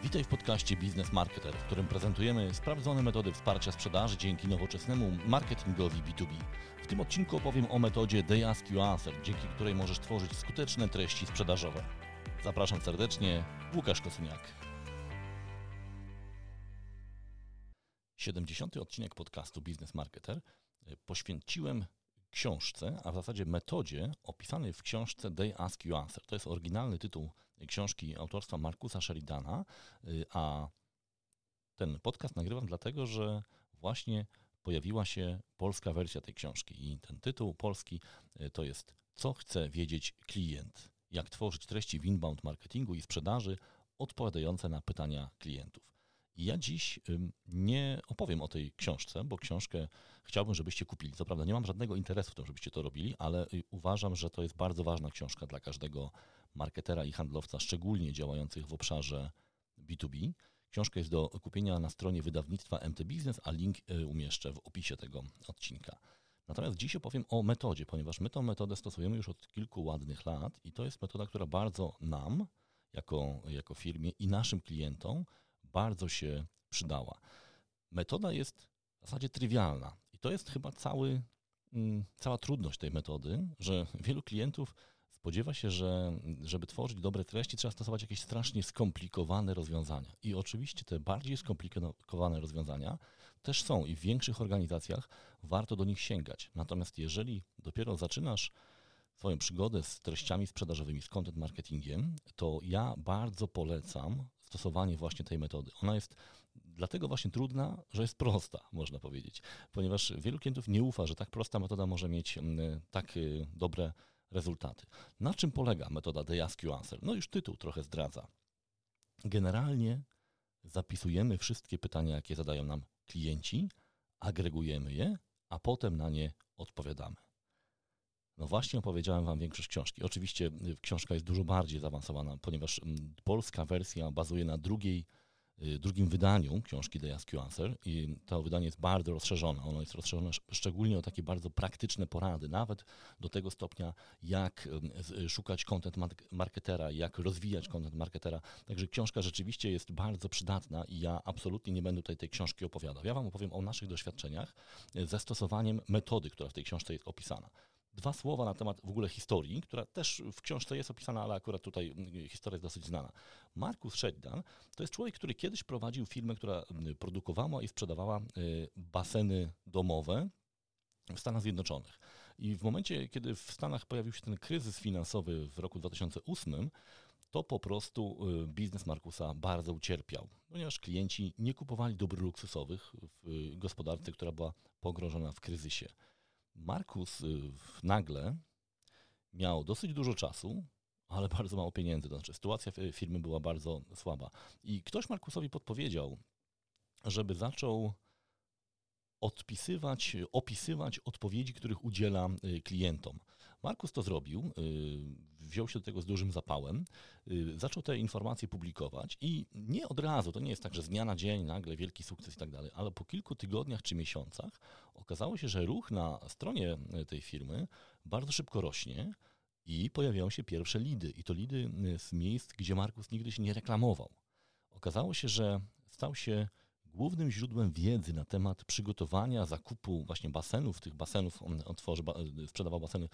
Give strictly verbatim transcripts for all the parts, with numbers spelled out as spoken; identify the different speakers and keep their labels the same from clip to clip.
Speaker 1: Witaj w podcaście Biznes Marketer, w którym prezentujemy sprawdzone metody wsparcia sprzedaży dzięki nowoczesnemu marketingowi B dwa B. W tym odcinku opowiem o metodzie They Ask You Answer, dzięki której możesz tworzyć skuteczne treści sprzedażowe. Zapraszam serdecznie, Łukasz Kosyniak. siedemdziesiąty odcinek podcastu Biznes Marketer poświęciłem książce, a w zasadzie metodzie opisanej w książce They Ask You Answer. To jest oryginalny tytuł książki autorstwa Marcusa Sheridana, a ten podcast nagrywam dlatego, że właśnie pojawiła się polska wersja tej książki i ten tytuł polski to jest Co chce wiedzieć klient? Jak tworzyć treści w inbound marketingu i sprzedaży odpowiadające na pytania klientów. I ja dziś nie opowiem o tej książce, bo książkę chciałbym, żebyście kupili. Co prawda nie mam żadnego interesu w tym, żebyście to robili, ale uważam, że to jest bardzo ważna książka dla każdego marketera i handlowca, szczególnie działających w obszarze B dwa B. Książka jest do kupienia na stronie wydawnictwa M T Business, a link umieszczę w opisie tego odcinka. Natomiast dziś opowiem o metodzie, ponieważ my tę metodę stosujemy już od kilku ładnych lat i to jest metoda, która bardzo nam, jako, jako firmie i naszym klientom bardzo się przydała. Metoda jest w zasadzie trywialna i to jest chyba cały, cała trudność tej metody, że wielu klientów spodziewa się, że żeby tworzyć dobre treści, trzeba stosować jakieś strasznie skomplikowane rozwiązania. I oczywiście te bardziej skomplikowane rozwiązania też są i w większych organizacjach warto do nich sięgać. Natomiast jeżeli dopiero zaczynasz swoją przygodę z treściami sprzedażowymi, z content marketingiem, to ja bardzo polecam stosowanie właśnie tej metody. Ona jest dlatego właśnie trudna, że jest prosta, można powiedzieć, ponieważ wielu klientów nie ufa, że tak prosta metoda może mieć tak dobre rezultaty. Na czym polega metoda They Ask You Answer? No już tytuł trochę zdradza. Generalnie zapisujemy wszystkie pytania, jakie zadają nam klienci, agregujemy je, a potem na nie odpowiadamy. No właśnie opowiedziałem Wam większość książki. Oczywiście książka jest dużo bardziej zaawansowana, ponieważ polska wersja bazuje na drugiej, drugim wydaniu książki They Ask You Answer i to wydanie jest bardzo rozszerzone. Ono jest rozszerzone szczególnie o takie bardzo praktyczne porady, nawet do tego stopnia, jak szukać content marketera, jak rozwijać content marketera. Także książka rzeczywiście jest bardzo przydatna i ja absolutnie nie będę tutaj tej książki opowiadał. Ja Wam opowiem o naszych doświadczeniach ze stosowaniem metody, która w tej książce jest opisana. Dwa słowa na temat w ogóle historii, która też w książce jest opisana, ale akurat tutaj historia jest dosyć znana. Marcus Sheridan to jest człowiek, który kiedyś prowadził firmę, która produkowała i sprzedawała baseny domowe w Stanach Zjednoczonych. I w momencie, kiedy w Stanach pojawił się ten kryzys finansowy w roku dwa tysiące ósmym, to po prostu biznes Marcusa bardzo ucierpiał, ponieważ klienci nie kupowali dóbr luksusowych w gospodarce, która była pogrążona w kryzysie. Marcus nagle miał dosyć dużo czasu, ale bardzo mało pieniędzy. To znaczy sytuacja firmy była bardzo słaba. I ktoś Marcusowi podpowiedział, żeby zaczął odpisywać, opisywać odpowiedzi, których udziela klientom. Marcus to zrobił, wziął się do tego z dużym zapałem, zaczął te informacje publikować i nie od razu, to nie jest tak, że z dnia na dzień nagle wielki sukces i tak dalej, ale po kilku tygodniach czy miesiącach okazało się, że ruch na stronie tej firmy bardzo szybko rośnie i pojawiają się pierwsze lidy i to lidy z miejsc, gdzie Marcus nigdy się nie reklamował. Okazało się, że stał się głównym źródłem wiedzy na temat przygotowania, zakupu właśnie basenów, tych basenów on tworzy, sprzedawał baseny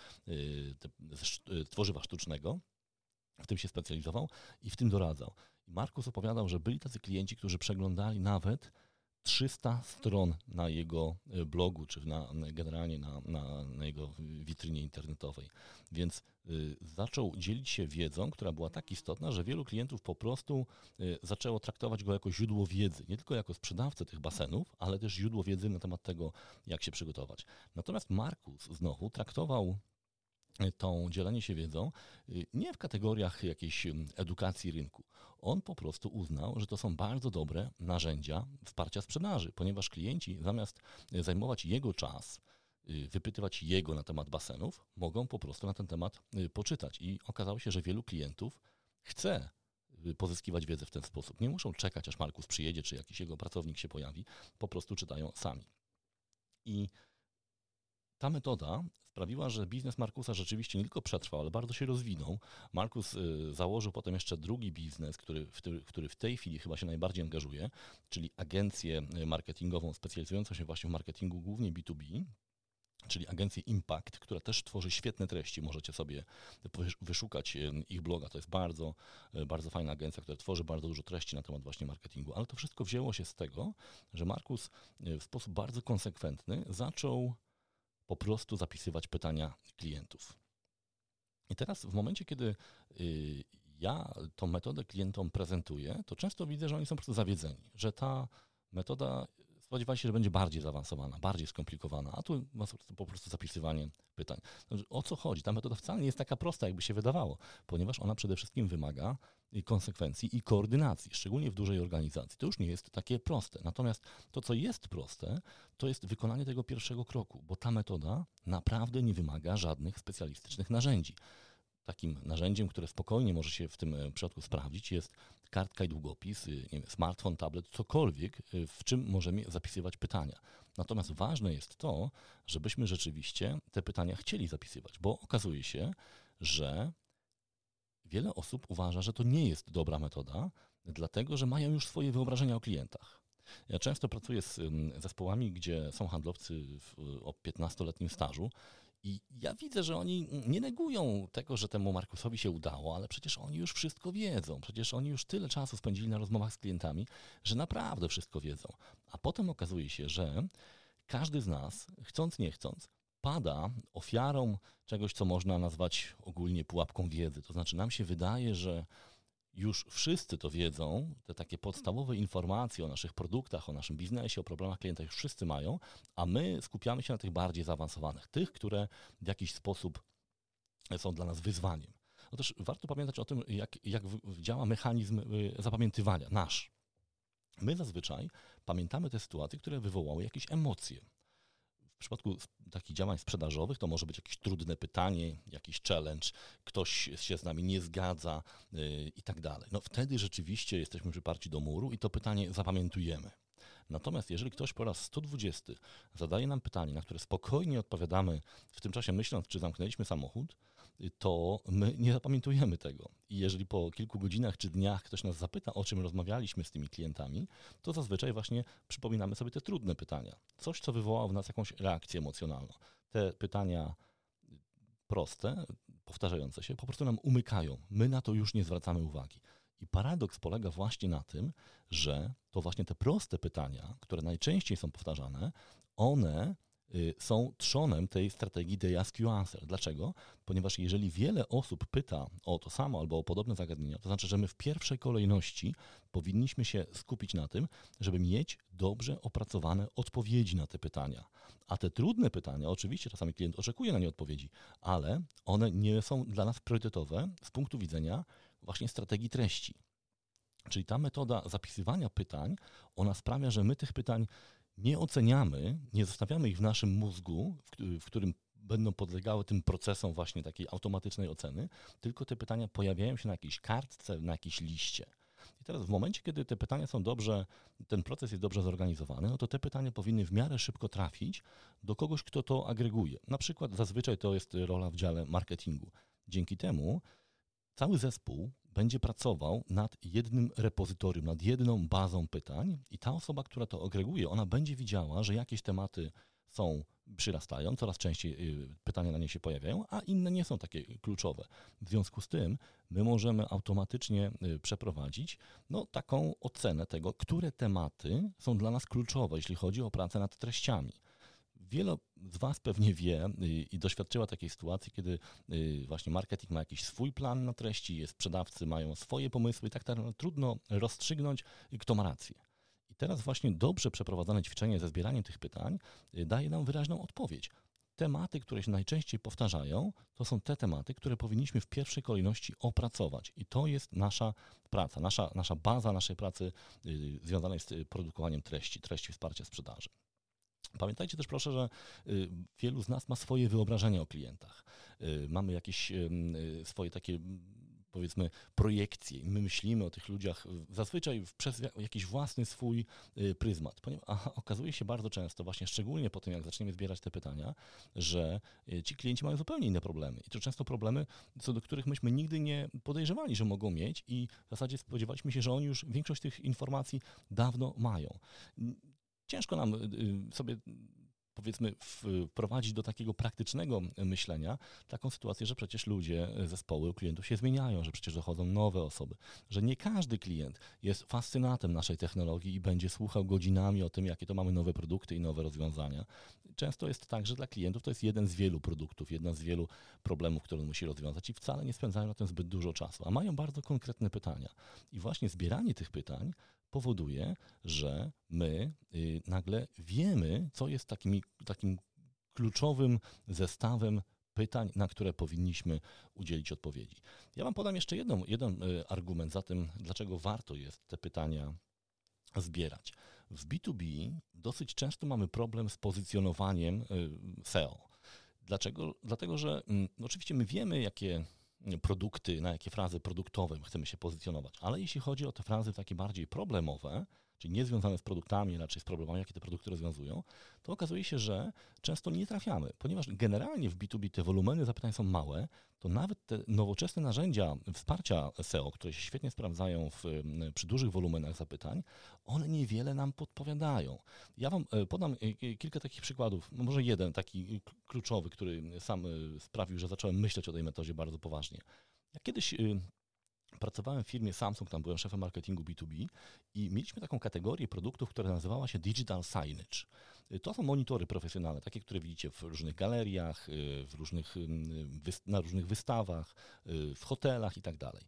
Speaker 1: z tworzywa sztucznego, w tym się specjalizował i w tym doradzał. I Marcus opowiadał, że byli tacy klienci, którzy przeglądali nawet trzysta stron na jego blogu, czy na, generalnie na, na, na jego witrynie internetowej. Więc y, zaczął dzielić się wiedzą, która była tak istotna, że wielu klientów po prostu y, zaczęło traktować go jako źródło wiedzy. Nie tylko jako sprzedawcę tych basenów, ale też źródło wiedzy na temat tego, jak się przygotować. Natomiast Marcus znowu traktował to dzielenie się wiedzą nie w kategoriach jakiejś edukacji rynku. On po prostu uznał, że to są bardzo dobre narzędzia wsparcia sprzedaży, ponieważ klienci zamiast zajmować jego czas, wypytywać jego na temat basenów, mogą po prostu na ten temat poczytać. I okazało się, że wielu klientów chce pozyskiwać wiedzę w ten sposób. Nie muszą czekać, aż Marcus przyjedzie, czy jakiś jego pracownik się pojawi, po prostu czytają sami. I ta metoda sprawiła, że biznes Markusa rzeczywiście nie tylko przetrwał, ale bardzo się rozwinął. Markus y, założył potem jeszcze drugi biznes, który w, ty, który w tej chwili chyba się najbardziej angażuje, czyli agencję marketingową specjalizującą się właśnie w marketingu głównie B dwa B, czyli agencję Impact, która też tworzy świetne treści. Możecie sobie wyszukać ich bloga. To jest bardzo, bardzo fajna agencja, która tworzy bardzo dużo treści na temat właśnie marketingu. Ale to wszystko wzięło się z tego, że Markus w sposób bardzo konsekwentny zaczął po prostu zapisywać pytania klientów. I teraz w momencie, kiedy ja tą metodę klientom prezentuję, to często widzę, że oni są po prostu zawiedzeni, że ta metoda spodziewali się, że będzie bardziej zaawansowana, bardziej skomplikowana, a tu po prostu zapisywanie pytań. O co chodzi? Ta metoda wcale nie jest taka prosta, jakby się wydawało, ponieważ ona przede wszystkim wymaga konsekwencji i koordynacji, szczególnie w dużej organizacji. To już nie jest takie proste. Natomiast to, co jest proste, to jest wykonanie tego pierwszego kroku, bo ta metoda naprawdę nie wymaga żadnych specjalistycznych narzędzi. Takim narzędziem, które spokojnie może się w tym przypadku sprawdzić, jest kartka i długopis, nie wiem, smartfon, tablet, cokolwiek, w czym możemy zapisywać pytania. Natomiast ważne jest to, żebyśmy rzeczywiście te pytania chcieli zapisywać, bo okazuje się, że wiele osób uważa, że to nie jest dobra metoda, dlatego że mają już swoje wyobrażenia o klientach. Ja często pracuję z zespołami, gdzie są handlowcy w, o piętnastoletnim stażu, i ja widzę, że oni nie negują tego, że temu Markusowi się udało, ale przecież oni już wszystko wiedzą. Przecież oni już tyle czasu spędzili na rozmowach z klientami, że naprawdę wszystko wiedzą. A potem okazuje się, że każdy z nas, chcąc nie chcąc, pada ofiarą czegoś, co można nazwać ogólnie pułapką wiedzy. To znaczy nam się wydaje, że już wszyscy to wiedzą, te takie podstawowe informacje o naszych produktach, o naszym biznesie, o problemach klienta już wszyscy mają, a my skupiamy się na tych bardziej zaawansowanych, tych, które w jakiś sposób są dla nas wyzwaniem. Otóż warto pamiętać o tym, jak, jak działa mechanizm zapamiętywania nasz. My zazwyczaj pamiętamy te sytuacje, które wywołały jakieś emocje. W przypadku takich działań sprzedażowych to może być jakieś trudne pytanie, jakiś challenge, ktoś się z nami nie zgadza yy, i tak dalej. No wtedy rzeczywiście jesteśmy przyparci do muru i to pytanie zapamiętujemy. Natomiast jeżeli ktoś po raz sto dwudziesty zadaje nam pytanie, na które spokojnie odpowiadamy, w tym czasie myśląc, czy zamknęliśmy samochód, to my nie zapamiętujemy tego. I jeżeli po kilku godzinach czy dniach ktoś nas zapyta, o czym rozmawialiśmy z tymi klientami, to zazwyczaj właśnie przypominamy sobie te trudne pytania. Coś, co wywołało w nas jakąś reakcję emocjonalną. Te pytania proste, powtarzające się, po prostu nam umykają. My na to już nie zwracamy uwagi. I paradoks polega właśnie na tym, że to właśnie te proste pytania, które najczęściej są powtarzane, one są trzonem tej strategii They Ask You Answer. Dlaczego? Ponieważ jeżeli wiele osób pyta o to samo albo o podobne zagadnienia, to znaczy, że my w pierwszej kolejności powinniśmy się skupić na tym, żeby mieć dobrze opracowane odpowiedzi na te pytania. A te trudne pytania, oczywiście czasami klient oczekuje na nie odpowiedzi, ale one nie są dla nas priorytetowe z punktu widzenia właśnie strategii treści. Czyli ta metoda zapisywania pytań, ona sprawia, że my tych pytań nie oceniamy, nie zostawiamy ich w naszym mózgu, w, w którym będą podlegały tym procesom właśnie takiej automatycznej oceny, tylko te pytania pojawiają się na jakiejś kartce, na jakiejś liście. I teraz w momencie, kiedy te pytania są dobrze, ten proces jest dobrze zorganizowany, no to te pytania powinny w miarę szybko trafić do kogoś, kto to agreguje. Na przykład zazwyczaj to jest rola w dziale marketingu. Dzięki temu cały zespół będzie pracował nad jednym repozytorium, nad jedną bazą pytań i ta osoba, która to agreguje, ona będzie widziała, że jakieś tematy są, przyrastają, coraz częściej pytania na nie się pojawiają, a inne nie są takie kluczowe. W związku z tym my możemy automatycznie przeprowadzić no, taką ocenę tego, które tematy są dla nas kluczowe, jeśli chodzi o pracę nad treściami. Wiele z Was pewnie wie i doświadczyła takiej sytuacji, kiedy właśnie marketing ma jakiś swój plan na treści, sprzedawcy mają swoje pomysły i tak naprawdę trudno rozstrzygnąć, kto ma rację. I teraz właśnie dobrze przeprowadzone ćwiczenie ze zbieraniem tych pytań daje nam wyraźną odpowiedź. Tematy, które się najczęściej powtarzają, to są te tematy, które powinniśmy w pierwszej kolejności opracować. I to jest nasza praca, nasza, nasza baza naszej pracy związanej z produkowaniem treści, treści wsparcia sprzedaży. Pamiętajcie też proszę, że wielu z nas ma swoje wyobrażenia o klientach. Mamy jakieś swoje takie powiedzmy projekcje. My myślimy o tych ludziach zazwyczaj przez jakiś własny swój pryzmat. A okazuje się bardzo często, właśnie szczególnie po tym, jak zaczniemy zbierać te pytania, że ci klienci mają zupełnie inne problemy. I to często problemy, co do których myśmy nigdy nie podejrzewali, że mogą mieć i w zasadzie spodziewaliśmy się, że oni już większość tych informacji dawno mają. Ciężko nam sobie powiedzmy wprowadzić do takiego praktycznego myślenia taką sytuację, że przecież ludzie, zespoły u klientów się zmieniają, że przecież dochodzą nowe osoby, że nie każdy klient jest fascynatem naszej technologii i będzie słuchał godzinami o tym, jakie to mamy nowe produkty i nowe rozwiązania. Często jest tak, że dla klientów to jest jeden z wielu produktów, jedna z wielu problemów, które on musi rozwiązać i wcale nie spędzają na tym zbyt dużo czasu, a mają bardzo konkretne pytania. I właśnie zbieranie tych pytań powoduje, że my y, nagle wiemy, co jest takimi, takim kluczowym zestawem pytań, na które powinniśmy udzielić odpowiedzi. Ja wam podam jeszcze jedną, jeden y, argument za tym, dlaczego warto jest te pytania zbierać. W B dwa B dosyć często mamy problem z pozycjonowaniem y, S E O. Dlaczego? Dlatego, że y, oczywiście my wiemy, jakie produkty, na jakie frazy produktowe chcemy się pozycjonować. Ale jeśli chodzi o te frazy takie bardziej problemowe, czyli nie związane z produktami, raczej z problemami, jakie te produkty rozwiązują, to okazuje się, że często nie trafiamy. Ponieważ generalnie w B dwa B te wolumeny zapytań są małe, to nawet te nowoczesne narzędzia wsparcia S E O, które się świetnie sprawdzają w, przy dużych wolumenach zapytań, one niewiele nam podpowiadają. Ja wam podam kilka takich przykładów, może jeden taki kluczowy, który sam sprawił, że zacząłem myśleć o tej metodzie bardzo poważnie. Ja kiedyś pracowałem w firmie Samsung, tam byłem szefem marketingu B dwa B i mieliśmy taką kategorię produktów, która nazywała się Digital Signage. To są monitory profesjonalne, takie, które widzicie w różnych galeriach, w różnych, na różnych wystawach, w hotelach i tak dalej.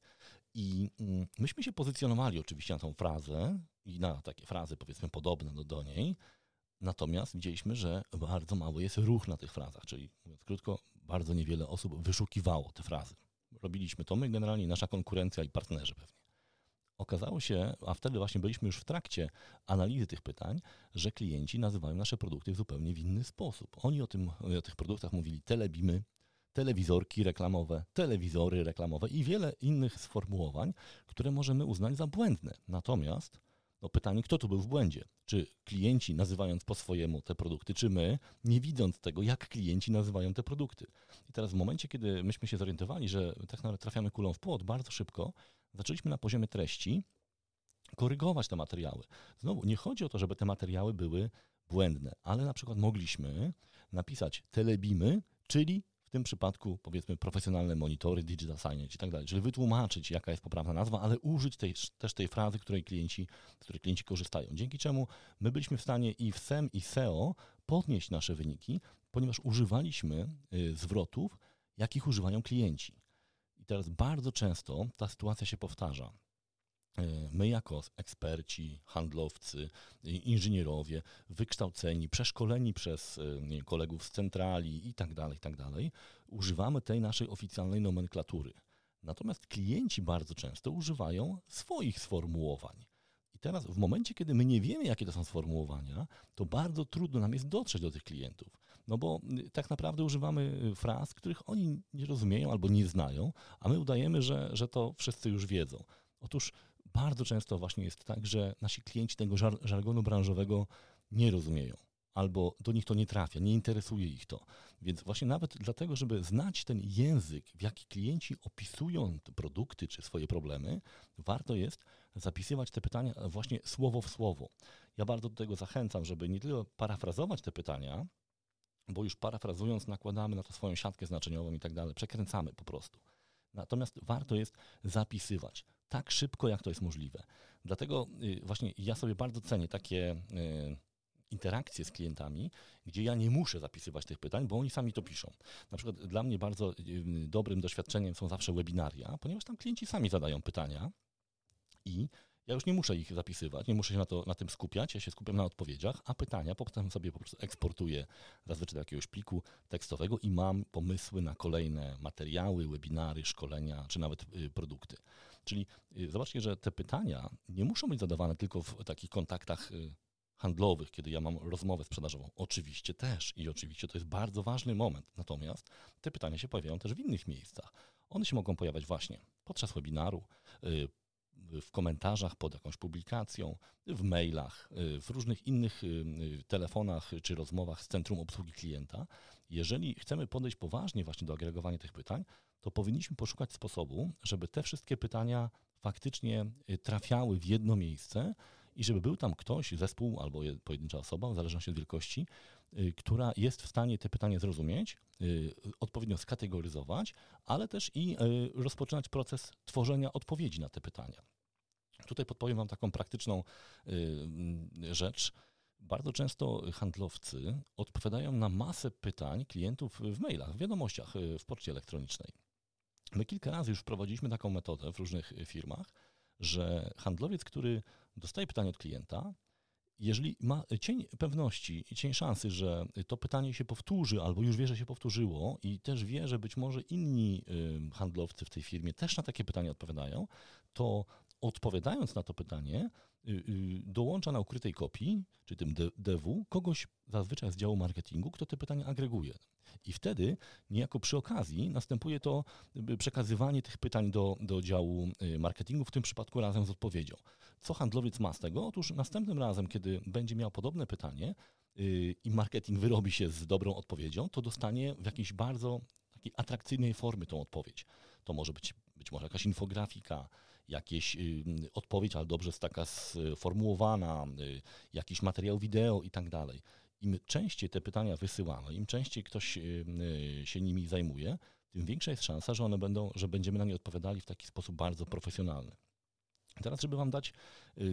Speaker 1: I myśmy się pozycjonowali oczywiście na tą frazę i na takie frazy powiedzmy podobne do, do niej, natomiast widzieliśmy, że bardzo mały jest ruch na tych frazach, czyli mówiąc krótko, bardzo niewiele osób wyszukiwało te frazy. Robiliśmy to my, generalnie nasza konkurencja i partnerzy pewnie. Okazało się, a wtedy właśnie byliśmy już w trakcie analizy tych pytań, że klienci nazywają nasze produkty w zupełnie w inny sposób. Oni o, tym, o tych produktach mówili telebimy, telewizorki reklamowe, telewizory reklamowe i wiele innych sformułowań, które możemy uznać za błędne. Natomiast no pytanie, kto tu był w błędzie? Czy klienci nazywając po swojemu te produkty, czy my, nie widząc tego, jak klienci nazywają te produkty. I teraz w momencie, kiedy myśmy się zorientowali, że tak naprawdę trafiamy kulą w płot, bardzo szybko zaczęliśmy na poziomie treści korygować te materiały. Znowu, nie chodzi o to, żeby te materiały były błędne, ale na przykład mogliśmy napisać telebimy, czyli w tym przypadku powiedzmy profesjonalne monitory, digital signage i tak dalej, czyli wytłumaczyć, jaka jest poprawna nazwa, ale użyć tej, też tej frazy, której klienci, z której klienci korzystają. Dzięki czemu my byliśmy w stanie i w S E M i S E O podnieść nasze wyniki, ponieważ używaliśmy y, zwrotów, jakich używają klienci. I teraz bardzo często ta sytuacja się powtarza. My jako eksperci, handlowcy, inżynierowie, wykształceni, przeszkoleni przez nie, kolegów z centrali i tak dalej, i tak dalej, używamy tej naszej oficjalnej nomenklatury. Natomiast klienci bardzo często używają swoich sformułowań. I teraz w momencie, kiedy my nie wiemy, jakie to są sformułowania, to bardzo trudno nam jest dotrzeć do tych klientów. No bo tak naprawdę używamy fraz, których oni nie rozumieją albo nie znają, a my udajemy, że, że to wszyscy już wiedzą. Otóż bardzo często właśnie jest tak, że nasi klienci tego żar- żargonu branżowego nie rozumieją, albo do nich to nie trafia, nie interesuje ich to. Więc właśnie nawet dlatego, żeby znać ten język, w jaki klienci opisują te produkty czy swoje problemy, warto jest zapisywać te pytania właśnie słowo w słowo. Ja bardzo do tego zachęcam, żeby nie tylko parafrazować te pytania, bo już parafrazując nakładamy na to swoją siatkę znaczeniową i tak dalej, przekręcamy po prostu. Natomiast warto jest zapisywać tak szybko, jak to jest możliwe. Dlatego właśnie ja sobie bardzo cenię takie interakcje z klientami, gdzie ja nie muszę zapisywać tych pytań, bo oni sami to piszą. Na przykład dla mnie bardzo dobrym doświadczeniem są zawsze webinaria, ponieważ tam klienci sami zadają pytania i ja już nie muszę ich zapisywać, nie muszę się na, to, na tym skupiać, ja się skupiam na odpowiedziach, a pytania potem sobie po prostu eksportuję zazwyczaj do jakiegoś pliku tekstowego i mam pomysły na kolejne materiały, webinary, szkolenia, czy nawet y, produkty. Czyli y, zobaczcie, że te pytania nie muszą być zadawane tylko w takich kontaktach y, handlowych, kiedy ja mam rozmowę sprzedażową. Oczywiście też i oczywiście to jest bardzo ważny moment. Natomiast te pytania się pojawiają też w innych miejscach. One się mogą pojawiać właśnie podczas webinaru, w komentarzach pod jakąś publikacją, w mailach, w różnych innych telefonach czy rozmowach z Centrum Obsługi Klienta. Jeżeli chcemy podejść poważnie właśnie do agregowania tych pytań, to powinniśmy poszukać sposobu, żeby te wszystkie pytania faktycznie trafiały w jedno miejsce i żeby był tam ktoś, zespół albo pojedyncza osoba, w zależności od wielkości, która jest w stanie te pytania zrozumieć, odpowiednio skategoryzować, ale też i rozpoczynać proces tworzenia odpowiedzi na te pytania. Tutaj podpowiem Wam taką praktyczną rzecz. Bardzo często handlowcy odpowiadają na masę pytań klientów w mailach, w wiadomościach, w poczcie elektronicznej. My kilka razy już wprowadziliśmy taką metodę w różnych firmach, że handlowiec, który dostaje pytanie od klienta, jeżeli ma cień pewności i cień szansy, że to pytanie się powtórzy albo już wie, że się powtórzyło i też wie, że być może inni handlowcy w tej firmie też na takie pytania odpowiadają, to odpowiadając na to pytanie dołącza na ukrytej kopii, czy tym devu, kogoś zazwyczaj z działu marketingu, kto te pytania agreguje. I wtedy niejako przy okazji następuje to przekazywanie tych pytań do, do działu marketingu, w tym przypadku razem z odpowiedzią. Co handlowiec ma z tego? Otóż następnym razem, kiedy będzie miał podobne pytanie yy, i marketing wyrobi się z dobrą odpowiedzią, to dostanie w jakiejś bardzo takiej atrakcyjnej formie tą odpowiedź. To może być być może jakaś infografika, jakieś yy, odpowiedź, ale dobrze jest taka sformułowana, yy, jakiś materiał wideo i tak dalej. Im częściej te pytania wysyłamy, im częściej ktoś yy, się nimi zajmuje, tym większa jest szansa, że one będą, że będziemy na nie odpowiadali w taki sposób bardzo profesjonalny. Teraz, żeby Wam dać y,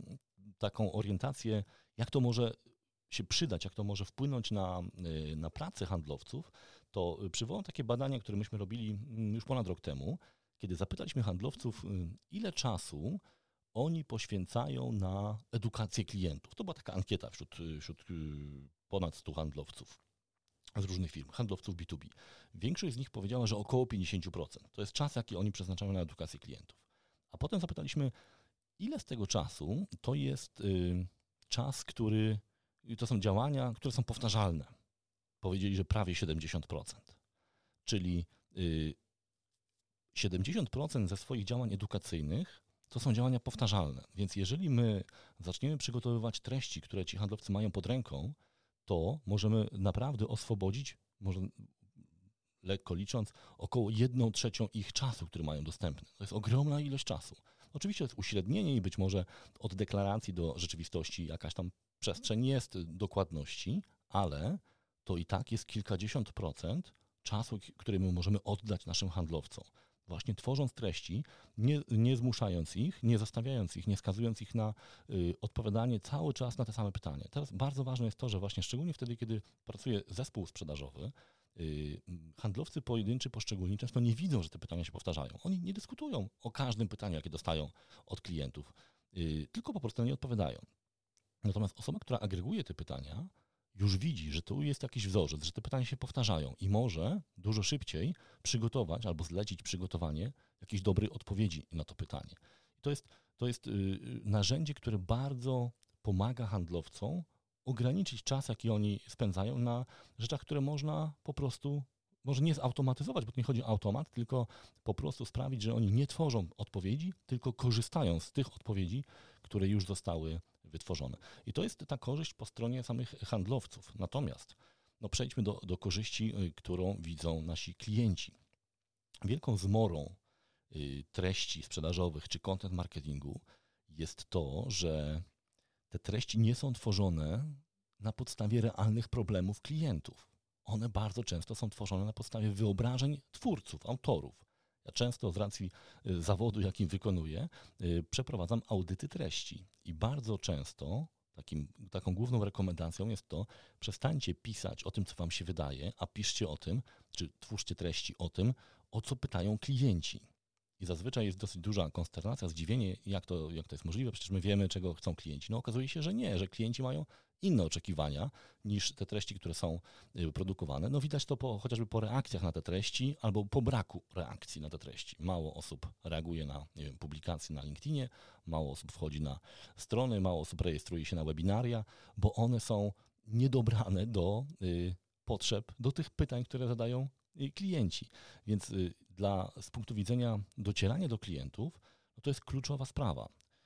Speaker 1: taką orientację, jak to może się przydać, jak to może wpłynąć na, y, na pracę handlowców, to przywołam takie badania, które myśmy robili już ponad rok temu, kiedy zapytaliśmy handlowców, y, ile czasu oni poświęcają na edukację klientów. To była taka ankieta wśród, wśród y, ponad stu handlowców z różnych firm, handlowców B dwa B. Większość z nich powiedziała, że około pięćdziesiąt procent. To jest czas, jaki oni przeznaczają na edukację klientów. A potem zapytaliśmy, ile z tego czasu to jest y, czas, który, to są działania, które są powtarzalne. Powiedzieli, że prawie siedemdziesiąt procent. Czyli y, siedemdziesiąt procent ze swoich działań edukacyjnych to są działania powtarzalne. Więc jeżeli my zaczniemy przygotowywać treści, które ci handlowcy mają pod ręką, to możemy naprawdę oswobodzić, może lekko licząc, około jedną trzecią ich czasu, który mają dostępny. To jest ogromna ilość czasu. Oczywiście to jest uśrednienie i być może od deklaracji do rzeczywistości jakaś tam przestrzeń jest dokładności, ale to i tak jest kilkadziesiąt procent czasu, który my możemy oddać naszym handlowcom. Właśnie tworząc treści, nie, nie zmuszając ich, nie zostawiając ich, nie skazując ich na y, odpowiadanie cały czas na te same pytania. Teraz bardzo ważne jest to, że właśnie szczególnie wtedy, kiedy pracuje zespół sprzedażowy, y, handlowcy pojedynczy, poszczególni często nie widzą, że te pytania się powtarzają. Oni nie dyskutują o każdym pytaniu, jakie dostają od klientów, y, tylko po prostu na nie odpowiadają. Natomiast osoba, która agreguje te pytania, już widzi, że tu jest jakiś wzorzec, że te pytania się powtarzają i może dużo szybciej przygotować albo zlecić przygotowanie jakiejś dobrej odpowiedzi na to pytanie. I to jest, to jest yy, narzędzie, które bardzo pomaga handlowcom ograniczyć czas, jaki oni spędzają na rzeczach, które można po prostu, może nie zautomatyzować, bo to nie chodzi o automat, tylko po prostu sprawić, że oni nie tworzą odpowiedzi, tylko korzystają z tych odpowiedzi, które już zostały wytworzone. I to jest ta korzyść po stronie samych handlowców. Natomiast no przejdźmy do, do korzyści, którą widzą nasi klienci. Wielką zmorą y, treści sprzedażowych czy content marketingu jest to, że te treści nie są tworzone na podstawie realnych problemów klientów. One bardzo często są tworzone na podstawie wyobrażeń twórców, autorów. Ja często z racji zawodu, jakim wykonuję, przeprowadzam audyty treści i bardzo często takim, taką główną rekomendacją jest to, przestańcie pisać o tym, co wam się wydaje, a piszcie o tym, czy twórzcie treści o tym, o co pytają klienci. I zazwyczaj jest dosyć duża konsternacja, zdziwienie, jak to, jak to jest możliwe, przecież my wiemy, czego chcą klienci. No okazuje się, że nie, że klienci mają inne oczekiwania niż te treści, które są produkowane. No widać to po, chociażby po reakcjach na te treści albo po braku reakcji na te treści. Mało osób reaguje na, nie wiem, publikacje na LinkedInie, mało osób wchodzi na strony, mało osób rejestruje się na webinaria, bo one są niedobrane do y, potrzeb, do tych pytań, które zadają klienci. Więc dla, z punktu widzenia docierania do klientów, no to jest kluczowa sprawa.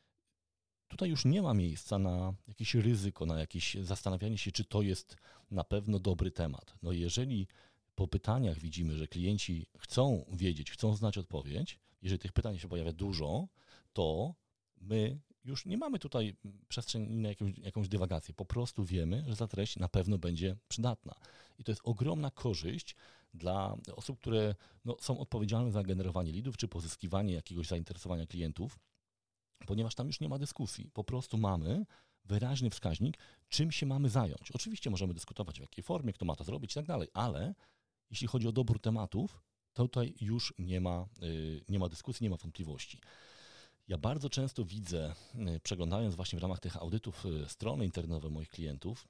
Speaker 1: Tutaj już nie ma miejsca na jakieś ryzyko, na jakieś zastanawianie się, czy to jest na pewno dobry temat. No jeżeli po pytaniach widzimy, że klienci chcą wiedzieć, chcą znać odpowiedź, jeżeli tych pytań się pojawia dużo, to my już nie mamy tutaj przestrzeni na jakąś, jakąś dywagację. Po prostu wiemy, że ta treść na pewno będzie przydatna. I to jest ogromna korzyść dla osób, które no, są odpowiedzialne za generowanie leadów czy pozyskiwanie jakiegoś zainteresowania klientów, ponieważ tam już nie ma dyskusji. Po prostu mamy wyraźny wskaźnik, czym się mamy zająć. Oczywiście możemy dyskutować, w jakiej formie, kto ma to zrobić i tak dalej, ale jeśli chodzi o dobór tematów, to tutaj już nie ma, nie ma dyskusji, nie ma wątpliwości. Ja bardzo często widzę, przeglądając właśnie w ramach tych audytów strony internetowe moich klientów,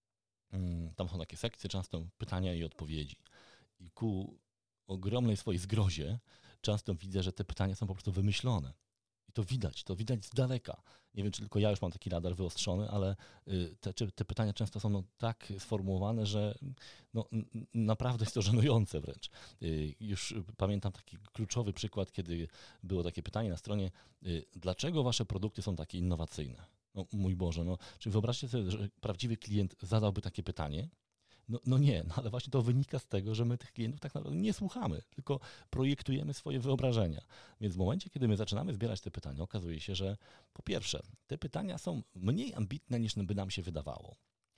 Speaker 1: tam są takie sekcje, często pytania i odpowiedzi. I ku ogromnej swojej zgrozie często widzę, że te pytania są po prostu wymyślone. I to widać, to widać z daleka. Nie wiem, czy tylko ja już mam taki radar wyostrzony, ale te, te pytania często są no tak sformułowane, że no, naprawdę jest to żenujące wręcz. Już pamiętam taki kluczowy przykład, kiedy było takie pytanie na stronie, dlaczego wasze produkty są takie innowacyjne? No mój Boże, no, czy wyobraźcie sobie, że prawdziwy klient zadałby takie pytanie? No, no nie, no ale właśnie to wynika z tego, że my tych klientów tak naprawdę nie słuchamy, tylko projektujemy swoje wyobrażenia. Więc w momencie, kiedy my zaczynamy zbierać te pytania, okazuje się, że po pierwsze, te pytania są mniej ambitne, niż by nam się wydawało.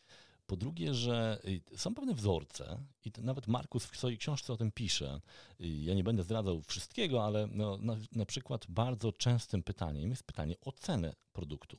Speaker 1: Po drugie, że są pewne wzorce i nawet Markus w swojej książce o tym pisze. Ja nie będę zdradzał wszystkiego, ale no, na, na przykład bardzo częstym pytaniem jest pytanie o cenę produktu.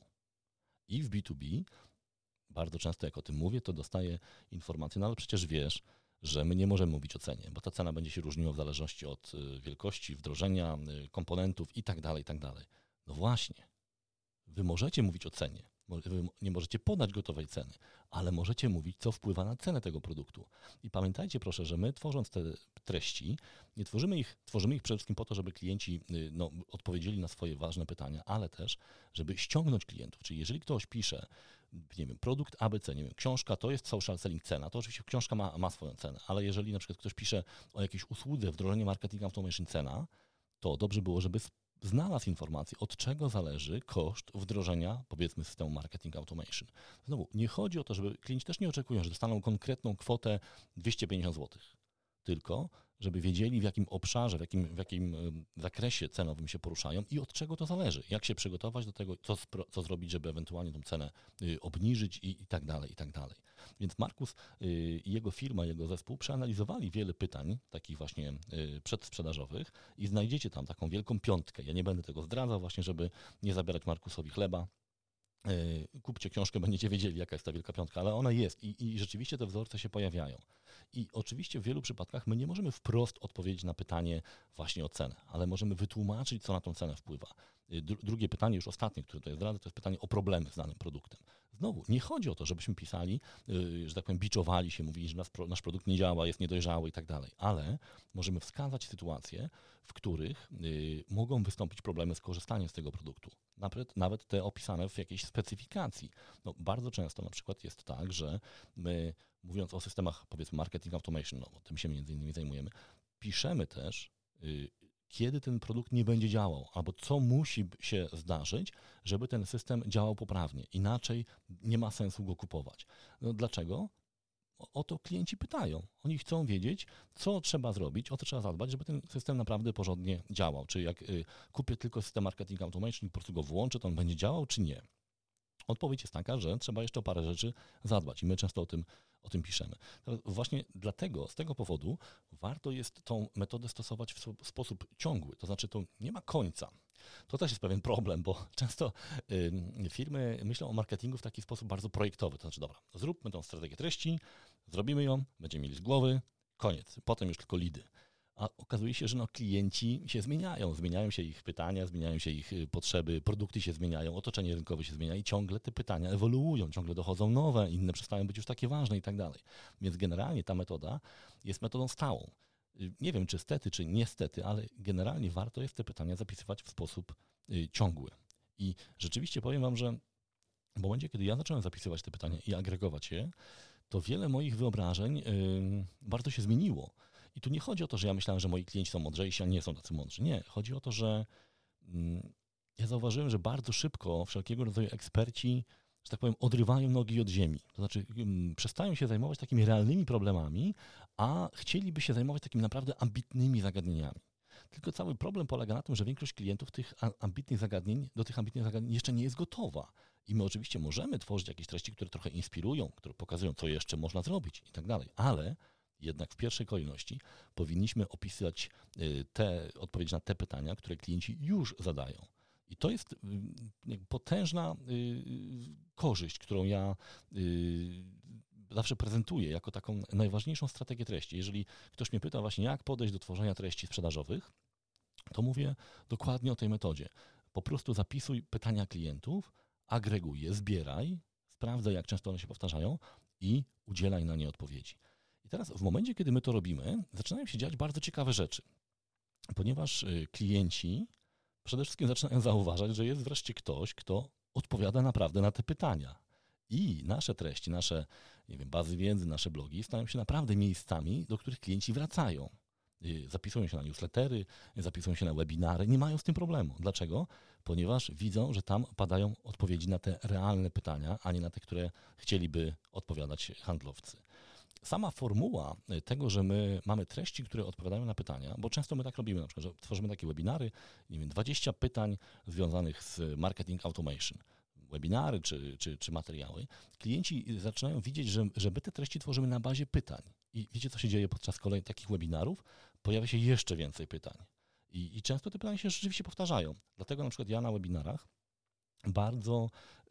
Speaker 1: I w B dwa B bardzo często jak o tym mówię, to dostaję informację, no ale przecież wiesz, że my nie możemy mówić o cenie, bo ta cena będzie się różniła w zależności od wielkości, wdrożenia, komponentów i tak dalej, i tak dalej. No właśnie, wy możecie mówić o cenie, wy nie możecie podać gotowej ceny, ale możecie mówić, co wpływa na cenę tego produktu. I pamiętajcie proszę, że my tworząc te treści, nie tworzymy ich, tworzymy ich przede wszystkim po to, żeby klienci no, odpowiedzieli na swoje ważne pytania, ale też, żeby ściągnąć klientów. Czyli jeżeli ktoś pisze, nie wiem, produkt A B C, nie wiem, książka to jest social selling cena, to oczywiście książka ma, ma swoją cenę, ale jeżeli na przykład ktoś pisze o jakiejś usłudze, wdrożenie marketing automation cena, to dobrze było, żeby znalazł informację, od czego zależy koszt wdrożenia, powiedzmy, systemu marketing automation. Znowu, nie chodzi o to, żeby klienci też nie oczekują, że dostaną konkretną kwotę dwieście pięćdziesiąt złotych, tylko żeby wiedzieli, w jakim obszarze, w jakim, w jakim zakresie cenowym się poruszają i od czego to zależy, jak się przygotować do tego, co, co zrobić, żeby ewentualnie tą cenę obniżyć i, i tak dalej, i tak dalej. Więc Markus i jego firma, jego zespół przeanalizowali wiele pytań, takich właśnie przedsprzedażowych i znajdziecie tam taką wielką piątkę. Ja nie będę tego zdradzał właśnie, żeby nie zabierać Markusowi chleba. Kupcie książkę, będziecie wiedzieli, jaka jest ta wielka piątka, ale ona jest i, i rzeczywiście te wzorce się pojawiają. I oczywiście w wielu przypadkach my nie możemy wprost odpowiedzieć na pytanie właśnie o cenę, ale możemy wytłumaczyć, co na tą cenę wpływa. Drugie pytanie, już ostatnie, które tutaj zdradzę, to jest pytanie o problemy z danym produktem. Znowu, nie chodzi o to, żebyśmy pisali, że tak powiem, biczowali się, mówili, że nasz, nasz produkt nie działa, jest niedojrzały i tak dalej, ale możemy wskazać sytuacje, w których mogą wystąpić problemy z korzystaniem z tego produktu. Nawet, nawet te opisane w jakiejś specyfikacji. No, bardzo często na przykład jest tak, że my, mówiąc o systemach, powiedzmy, marketing automation, no, tym się między innymi zajmujemy, piszemy też, y, kiedy ten produkt nie będzie działał, albo co musi się zdarzyć, żeby ten system działał poprawnie. Inaczej nie ma sensu go kupować. No, dlaczego? O to klienci pytają. Oni chcą wiedzieć, co trzeba zrobić, o co trzeba zadbać, żeby ten system naprawdę porządnie działał. Czy jak y, kupię tylko system marketing automation i po prostu go włączę, to on będzie działał, czy nie? Odpowiedź jest taka, że trzeba jeszcze o parę rzeczy zadbać i my często o tym, o tym piszemy. Właśnie dlatego, z tego powodu warto jest tą metodę stosować w sposób ciągły, to znaczy to nie ma końca. To też jest pewien problem, bo często y, firmy myślą o marketingu w taki sposób bardzo projektowy, to znaczy dobra, zróbmy tą strategię treści, zrobimy ją, będziemy mieli z głowy, koniec, potem już tylko lidy. A okazuje się, że no, klienci się zmieniają, zmieniają się ich pytania, zmieniają się ich potrzeby, produkty się zmieniają, otoczenie rynkowe się zmienia i ciągle te pytania ewoluują, ciągle dochodzą nowe, inne przestają być już takie ważne i tak dalej. Więc generalnie ta metoda jest metodą stałą. Nie wiem, czy stety, czy niestety, ale generalnie warto jest te pytania zapisywać w sposób y, ciągły. I rzeczywiście powiem wam, że w momencie, kiedy ja zacząłem zapisywać te pytania i agregować je, to wiele moich wyobrażeń y, bardzo się zmieniło. I tu nie chodzi o to, że ja myślałem, że moi klienci są mądrzejsi, a nie są tacy mądrzy. Nie, chodzi o to, że mm, ja zauważyłem, że bardzo szybko wszelkiego rodzaju eksperci, że tak powiem, odrywają nogi od ziemi. To znaczy um, przestają się zajmować takimi realnymi problemami, a chcieliby się zajmować takimi naprawdę ambitnymi zagadnieniami. Tylko cały problem polega na tym, że większość klientów tych ambitnych zagadnień, do tych ambitnych zagadnień jeszcze nie jest gotowa. I my oczywiście możemy tworzyć jakieś treści, które trochę inspirują, które pokazują, co jeszcze można zrobić i tak dalej, ale jednak w pierwszej kolejności powinniśmy opisać te odpowiedzi na te pytania, które klienci już zadają. I to jest potężna korzyść, którą ja zawsze prezentuję jako taką najważniejszą strategię treści. Jeżeli ktoś mnie pyta właśnie, jak podejść do tworzenia treści sprzedażowych, to mówię dokładnie o tej metodzie. Po prostu zapisuj pytania klientów, agreguj je, zbieraj, sprawdzaj, jak często one się powtarzają i udzielaj na nie odpowiedzi. I teraz w momencie, kiedy my to robimy, zaczynają się dziać bardzo ciekawe rzeczy, ponieważ klienci przede wszystkim zaczynają zauważać, że jest wreszcie ktoś, kto odpowiada naprawdę na te pytania. I nasze treści, nasze nie wiem, bazy wiedzy, nasze blogi stają się naprawdę miejscami, do których klienci wracają. Zapisują się na newslettery, zapisują się na webinary, nie mają z tym problemu. Dlaczego? Ponieważ widzą, że tam padają odpowiedzi na te realne pytania, a nie na te, które chcieliby odpowiadać handlowcy. Sama formuła tego, że my mamy treści, które odpowiadają na pytania, bo często my tak robimy, na przykład, że tworzymy takie webinary, nie wiem, dwadzieścia pytań związanych z marketing automation, webinary czy, czy, czy materiały. Klienci zaczynają widzieć, że, że my te treści tworzymy na bazie pytań. I wiecie, co się dzieje podczas kolejnych takich webinarów? Pojawia się jeszcze więcej pytań. I, I często te pytania się rzeczywiście powtarzają. Dlatego na przykład ja na webinarach bardzo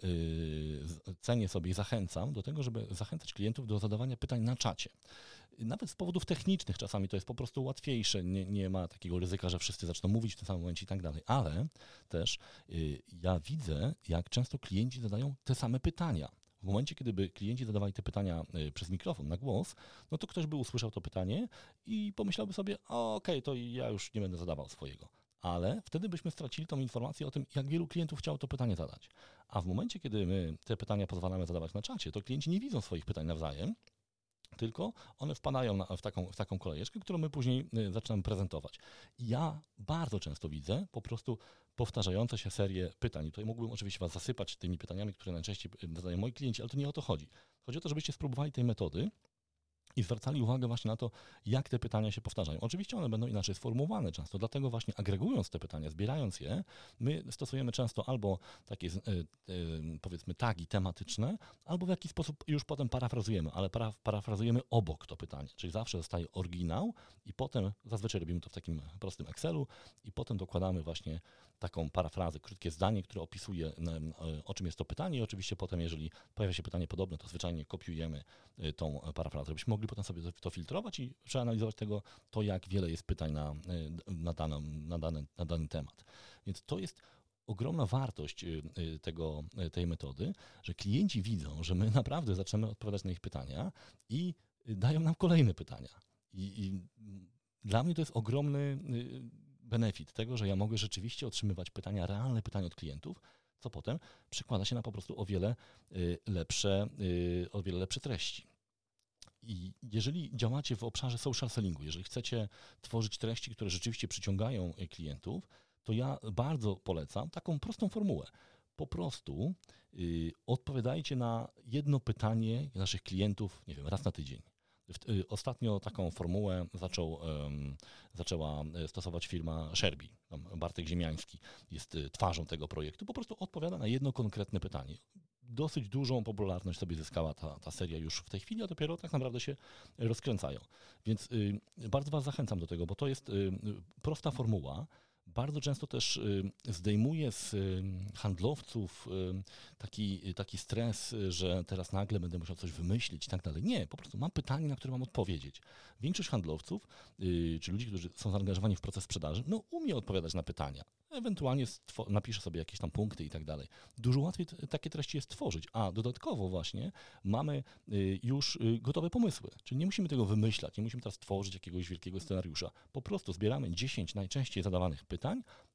Speaker 1: yy, cenię sobie i zachęcam do tego, żeby zachęcać klientów do zadawania pytań na czacie. Nawet z powodów technicznych czasami to jest po prostu łatwiejsze, nie, nie ma takiego ryzyka, że wszyscy zaczną mówić w tym samym momencie i tak dalej, ale też yy, ja widzę, jak często klienci zadają te same pytania. W momencie, kiedy by klienci zadawali te pytania yy, przez mikrofon, na głos, no to ktoś by usłyszał to pytanie i pomyślałby sobie, okej, okay, to ja już nie będę zadawał swojego. Ale wtedy byśmy stracili tą informację o tym, jak wielu klientów chciało to pytanie zadać. A w momencie, kiedy my te pytania pozwalamy zadawać na czacie, to klienci nie widzą swoich pytań nawzajem, tylko one wpadają na, w, taką, w taką kolejeczkę, którą my później y, zaczynamy prezentować. I ja bardzo często widzę po prostu powtarzające się serie pytań. I tutaj mógłbym oczywiście Was zasypać tymi pytaniami, które najczęściej zadają moi klienci, ale to nie o to chodzi. Chodzi o to, żebyście spróbowali tej metody i zwracali uwagę właśnie na to, jak te pytania się powtarzają. Oczywiście one będą inaczej sformułowane często, dlatego właśnie agregując te pytania, zbierając je, my stosujemy często albo takie powiedzmy tagi tematyczne, albo w jakiś sposób już potem parafrazujemy, ale para, parafrazujemy obok to pytanie, czyli zawsze zostaje oryginał i potem, zazwyczaj robimy to w takim prostym Excelu i potem dokładamy właśnie taką parafrazę, krótkie zdanie, które opisuje, o czym jest to pytanie i oczywiście potem, jeżeli pojawia się pytanie podobne, to zwyczajnie kopiujemy tą parafrazę, żebyśmy mogli potem sobie to filtrować i przeanalizować tego, to jak wiele jest pytań na, na, daną, na, dany, na dany temat. Więc to jest ogromna wartość tego, tej metody, że klienci widzą, że my naprawdę zaczynamy odpowiadać na ich pytania i dają nam kolejne pytania. I, i dla mnie to jest ogromny benefit tego, że ja mogę rzeczywiście otrzymywać pytania, realne pytania od klientów, co potem przekłada się na po prostu o wiele lepsze, o wiele lepsze treści. I jeżeli działacie w obszarze social sellingu, jeżeli chcecie tworzyć treści, które rzeczywiście przyciągają klientów, to ja bardzo polecam taką prostą formułę. Po prostu y, odpowiadajcie na jedno pytanie naszych klientów, nie wiem, raz na tydzień. Ostatnio taką formułę zaczął, um, zaczęła stosować firma Sherby. Bartek Ziemiański jest twarzą tego projektu. Po prostu odpowiada na jedno konkretne pytanie. Dosyć dużą popularność sobie zyskała ta, ta seria już w tej chwili, a dopiero tak naprawdę się rozkręcają. Więc y, bardzo Was zachęcam do tego, bo to jest y, prosta formuła. Bardzo często też zdejmuje z handlowców taki, taki stres, że teraz nagle będę musiał coś wymyślić i tak dalej. Nie, po prostu mam pytanie, na które mam odpowiedzieć. Większość handlowców, czy ludzi, którzy są zaangażowani w proces sprzedaży, no umie odpowiadać na pytania. Ewentualnie stwo- napisze sobie jakieś tam punkty i tak dalej. Dużo łatwiej t- takie treści jest tworzyć, a dodatkowo właśnie mamy y, już y, gotowe pomysły. Czyli nie musimy tego wymyślać, nie musimy teraz tworzyć jakiegoś wielkiego scenariusza. Po prostu zbieramy dziesięć najczęściej zadawanych pytań,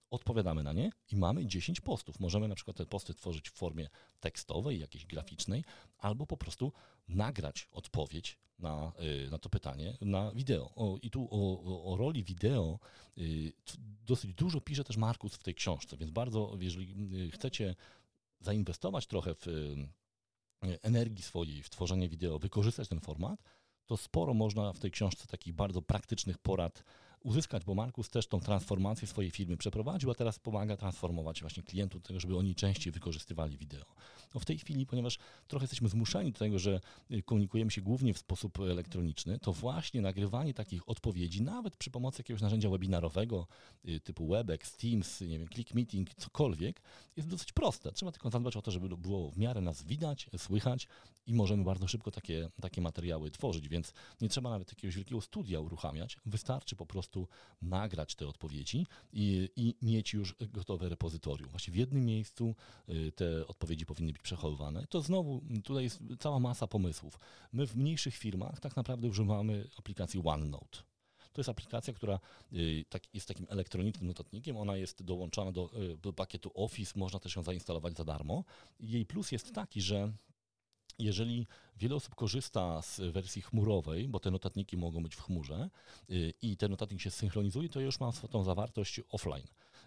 Speaker 1: odpowiadamy na nie i mamy dziesięć postów. Możemy na przykład te posty tworzyć w formie tekstowej, jakiejś graficznej, albo po prostu nagrać odpowiedź na, na to pytanie na wideo. O, I tu o, o, o roli wideo y, dosyć dużo pisze też Markus w tej książce, więc bardzo, jeżeli chcecie zainwestować trochę w y, energii swojej, w tworzenie wideo, wykorzystać ten format, to sporo można w tej książce takich bardzo praktycznych porad uzyskać, bo Markus też tą transformację swojej firmy przeprowadził, a teraz pomaga transformować właśnie klientów do tego, żeby oni częściej wykorzystywali wideo. No w tej chwili, ponieważ trochę jesteśmy zmuszeni do tego, że komunikujemy się głównie w sposób elektroniczny, to właśnie nagrywanie takich odpowiedzi, nawet przy pomocy jakiegoś narzędzia webinarowego typu Webex, Teams, nie wiem, Click Meeting, cokolwiek, jest dosyć proste. Trzeba tylko zadbać o to, żeby było w miarę nas widać, słychać i możemy bardzo szybko takie, takie materiały tworzyć, więc nie trzeba nawet jakiegoś wielkiego studia uruchamiać, wystarczy po prostu nagrać te odpowiedzi i, i mieć już gotowe repozytorium. Właśnie w jednym miejscu te odpowiedzi powinny być przechowywane. To znowu, tutaj jest cała masa pomysłów. My w mniejszych firmach tak naprawdę używamy aplikacji OneNote. To jest aplikacja, która tak, jest takim elektronicznym notatnikiem. Ona jest dołączana do, do pakietu Office, można też ją zainstalować za darmo. Jej plus jest taki, że jeżeli wiele osób korzysta z wersji chmurowej, bo te notatniki mogą być w chmurze i ten notatnik się synchronizuje, to już ma tą zawartość offline.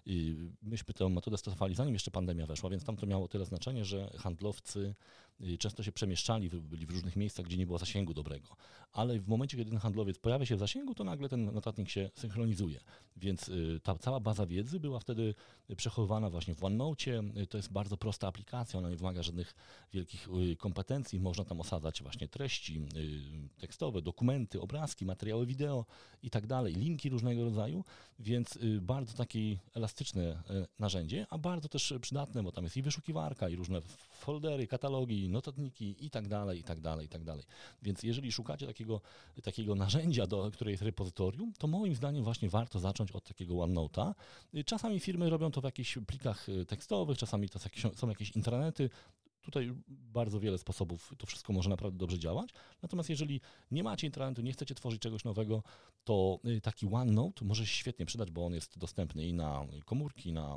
Speaker 1: Myśmy tę metodę stosowali zanim jeszcze pandemia weszła, więc tam to miało tyle znaczenie, że handlowcy często się przemieszczali, byli w różnych miejscach, gdzie nie było zasięgu dobrego. Ale w momencie, kiedy ten handlowiec pojawia się w zasięgu, to nagle ten notatnik się synchronizuje. Więc ta cała baza wiedzy była wtedy przechowywana właśnie w OneNote. To jest bardzo prosta aplikacja, ona nie wymaga żadnych wielkich kompetencji. Można tam osadzać właśnie treści tekstowe, dokumenty, obrazki, materiały wideo i tak dalej, linki różnego rodzaju, więc bardzo takie elastyczne narzędzie, a bardzo też przydatne, bo tam jest i wyszukiwarka, i różne foldery, katalogi, notatniki i tak dalej, i tak dalej, i tak dalej. Więc jeżeli szukacie takiego, takiego narzędzia, do, które jest repozytorium, to moim zdaniem właśnie warto zacząć od takiego OneNote'a. Czasami firmy robią to w jakichś plikach tekstowych, czasami to są jakieś intranety. Tutaj bardzo wiele sposobów, to wszystko może naprawdę dobrze działać. Natomiast jeżeli nie macie internetu, nie chcecie tworzyć czegoś nowego, to taki OneNote może się świetnie przydać, bo on jest dostępny i na komórki, na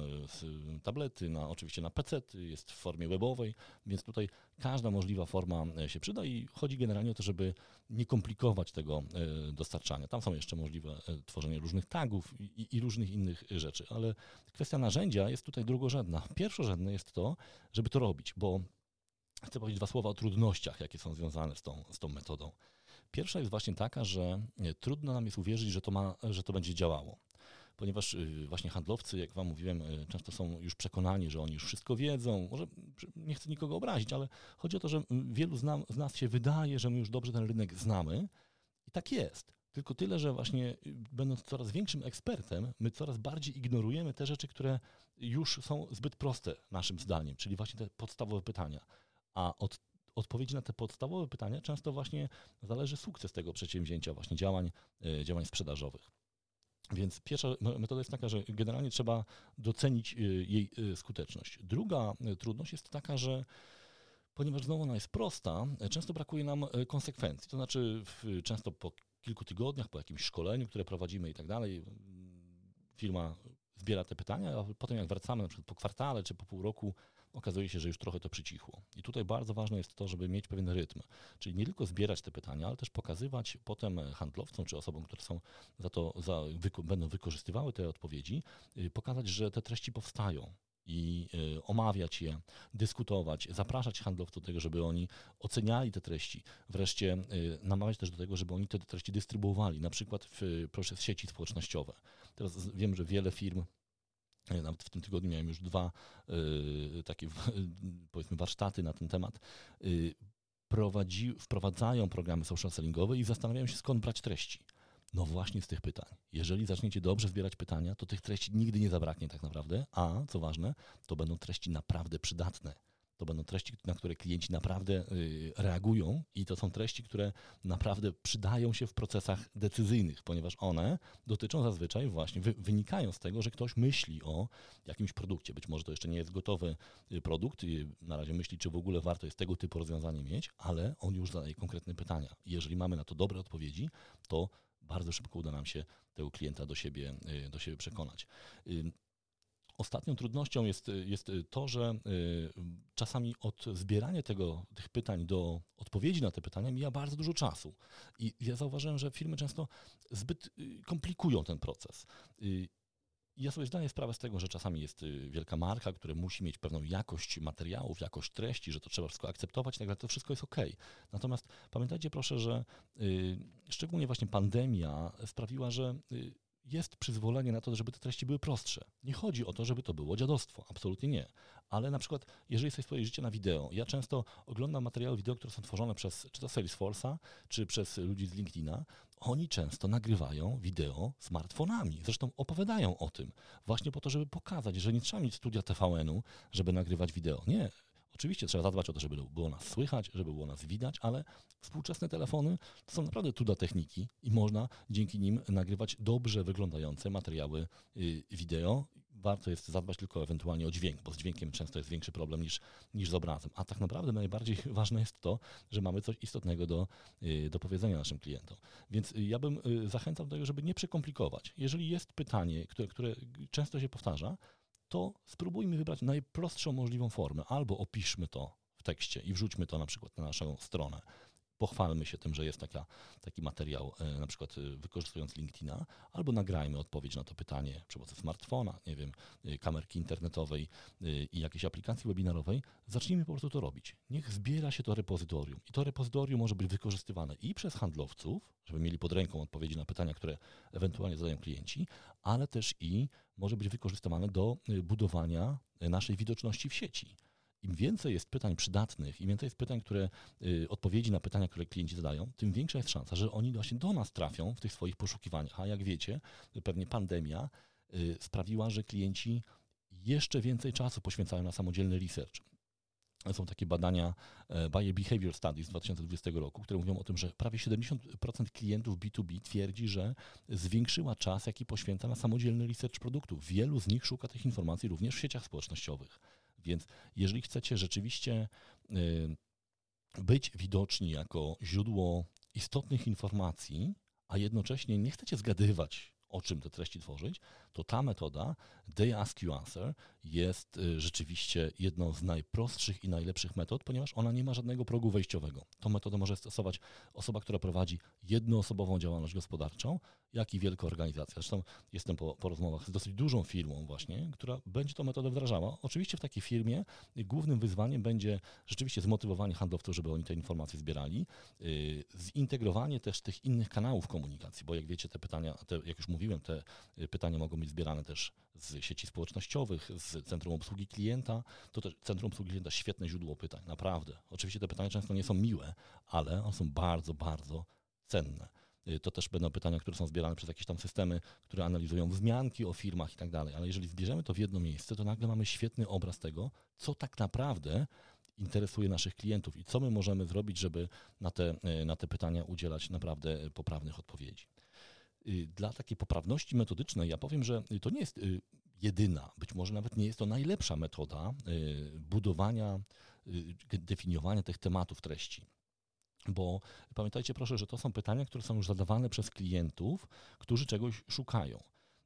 Speaker 1: tablety, na, oczywiście na pecety, jest w formie webowej, więc tutaj każda możliwa forma się przyda i chodzi generalnie o to, żeby nie komplikować tego dostarczania. Tam są jeszcze możliwe tworzenie różnych tagów i, i różnych innych rzeczy, ale kwestia narzędzia jest tutaj drugorzędna. Pierwszorzędne jest to, żeby to robić, bo chcę powiedzieć dwa słowa o trudnościach, jakie są związane z tą, z tą metodą. Pierwsza jest właśnie taka, że trudno nam jest uwierzyć, że to, ma, że to będzie działało. Ponieważ właśnie handlowcy, jak wam mówiłem, często są już przekonani, że oni już wszystko wiedzą. Może nie chcę nikogo obrazić, ale chodzi o to, że wielu z, nam, z nas się wydaje, że my już dobrze ten rynek znamy i tak jest. Tylko tyle, że właśnie będąc coraz większym ekspertem, my coraz bardziej ignorujemy te rzeczy, które już są zbyt proste naszym zdaniem, czyli właśnie te podstawowe pytania. A od odpowiedzi na te podstawowe pytania często właśnie zależy sukces tego przedsięwzięcia, właśnie działań, działań sprzedażowych. Więc pierwsza metoda jest taka, że generalnie trzeba docenić jej skuteczność. Druga trudność jest taka, że ponieważ znowu ona jest prosta, często brakuje nam konsekwencji. To znaczy w, często po kilku tygodniach, po jakimś szkoleniu, które prowadzimy i tak dalej, firma zbiera te pytania, a potem jak wracamy na przykład po kwartale czy po pół roku, okazuje się, że już trochę to przycichło. I tutaj bardzo ważne jest to, żeby mieć pewien rytm. Czyli nie tylko zbierać te pytania, ale też pokazywać potem handlowcom czy osobom, które są za to, za, wyko- będą wykorzystywały te odpowiedzi, pokazać, że te treści powstają. I y, omawiać je, dyskutować, zapraszać handlowców do tego, żeby oni oceniali te treści, wreszcie y, namawiać też do tego, żeby oni te treści dystrybuowali, na przykład w, poprzez sieci społecznościowe. Teraz wiem, że wiele firm, nawet w tym tygodniu miałem już dwa y, takie powiedzmy warsztaty na ten temat, y, prowadzi, wprowadzają programy social sellingowe i zastanawiają się, skąd brać treści. No właśnie z tych pytań. Jeżeli zaczniecie dobrze zbierać pytania, to tych treści nigdy nie zabraknie tak naprawdę, a co ważne, to będą treści naprawdę przydatne. To będą treści, na które klienci naprawdę y, reagują i to są treści, które naprawdę przydają się w procesach decyzyjnych, ponieważ one dotyczą zazwyczaj właśnie, wy, wynikają z tego, że ktoś myśli o jakimś produkcie. Być może to jeszcze nie jest gotowy produkt, y, na razie myśli, czy w ogóle warto jest tego typu rozwiązanie mieć, ale on już zadaje konkretne pytania. I jeżeli mamy na to dobre odpowiedzi, to bardzo szybko uda nam się tego klienta do siebie, do siebie przekonać. Ostatnią trudnością jest, jest to, że czasami od zbierania tego, tych pytań do odpowiedzi na te pytania mija bardzo dużo czasu. I ja zauważyłem, że firmy często zbyt komplikują ten proces. Ja sobie zdaję sprawę z tego, że czasami jest wielka marka, która musi mieć pewną jakość materiałów, jakość treści, że to trzeba wszystko akceptować, tak dalej, to wszystko jest okej. Natomiast pamiętajcie proszę, że y, szczególnie właśnie pandemia sprawiła, że y, jest przyzwolenie na to, żeby te treści były prostsze. Nie chodzi o to, żeby to było dziadostwo, absolutnie nie. Ale na przykład, jeżeli sobie spojrzycie na wideo, ja często oglądam materiały wideo, które są tworzone przez czy to Salesforce'a, czy przez ludzi z LinkedIna. Oni często nagrywają wideo smartfonami. Zresztą opowiadają o tym właśnie po to, żeby pokazać, że nie trzeba mieć studia T V N-u, żeby nagrywać wideo. Nie. Oczywiście trzeba zadbać o to, żeby było nas słychać, żeby było nas widać, ale współczesne telefony to są naprawdę cuda techniki i można dzięki nim nagrywać dobrze wyglądające materiały wideo. Warto jest zadbać tylko ewentualnie o dźwięk, bo z dźwiękiem często jest większy problem niż, niż z obrazem. A tak naprawdę najbardziej ważne jest to, że mamy coś istotnego do, do powiedzenia naszym klientom. Więc ja bym zachęcał do tego, żeby nie przekomplikować. Jeżeli jest pytanie, które, które często się powtarza, to spróbujmy wybrać najprostszą możliwą formę. Albo opiszmy to w tekście i wrzućmy to na przykład na naszą stronę. Pochwalmy się tym, że jest taka, taki materiał, na przykład wykorzystując LinkedIna, albo nagrajmy odpowiedź na to pytanie przy pomocy smartfona, nie wiem, kamerki internetowej i jakiejś aplikacji webinarowej. Zacznijmy po prostu to robić. Niech zbiera się to repozytorium. I to repozytorium może być wykorzystywane i przez handlowców, żeby mieli pod ręką odpowiedzi na pytania, które ewentualnie zadają klienci, ale też i może być wykorzystywane do budowania naszej widoczności w sieci. Im więcej jest pytań przydatnych, im więcej jest pytań, które, y, odpowiedzi na pytania, które klienci zadają, tym większa jest szansa, że oni właśnie do nas trafią w tych swoich poszukiwaniach. A jak wiecie, pewnie pandemia y, sprawiła, że klienci jeszcze więcej czasu poświęcają na samodzielny research. Są takie badania Buyer Behavior Studies z dwa tysiące dwudziestego roku, które mówią o tym, że prawie siedemdziesiąt procent klientów B dwa B twierdzi, że zwiększyła czas, jaki poświęca na samodzielny research produktu. Wielu z nich szuka tych informacji również w sieciach społecznościowych. Więc jeżeli chcecie rzeczywiście być widoczni jako źródło istotnych informacji, a jednocześnie nie chcecie zgadywać, o czym te treści tworzyć, to ta metoda They Ask You Answer jest rzeczywiście jedną z najprostszych i najlepszych metod, ponieważ ona nie ma żadnego progu wejściowego. Tą metodę może stosować osoba, która prowadzi jednoosobową działalność gospodarczą, jak i wielka organizacja. Zresztą jestem po, po rozmowach z dosyć dużą firmą właśnie, która będzie tą metodę wdrażała. Oczywiście w takiej firmie głównym wyzwaniem będzie rzeczywiście zmotywowanie handlowców, żeby oni te informacje zbierali, yy, zintegrowanie też tych innych kanałów komunikacji, bo jak wiecie, te pytania, te, jak już mówiłem, te pytania mogą być zbierane też z sieci społecznościowych, z Centrum Obsługi Klienta. To też Centrum Obsługi Klienta świetne źródło pytań, naprawdę. Oczywiście te pytania często nie są miłe, ale one są bardzo, bardzo cenne. To też będą pytania, które są zbierane przez jakieś tam systemy, które analizują wzmianki o firmach i tak dalej. Ale jeżeli zbierzemy to w jedno miejsce, to nagle mamy świetny obraz tego, co tak naprawdę interesuje naszych klientów i co my możemy zrobić, żeby na te, na te pytania udzielać naprawdę poprawnych odpowiedzi. Dla takiej poprawności metodycznej ja powiem, że to nie jest jedyna, być może nawet nie jest to najlepsza metoda budowania, definiowania tych tematów treści. Bo pamiętajcie proszę, że to są pytania, które są już zadawane przez klientów, którzy czegoś szukają.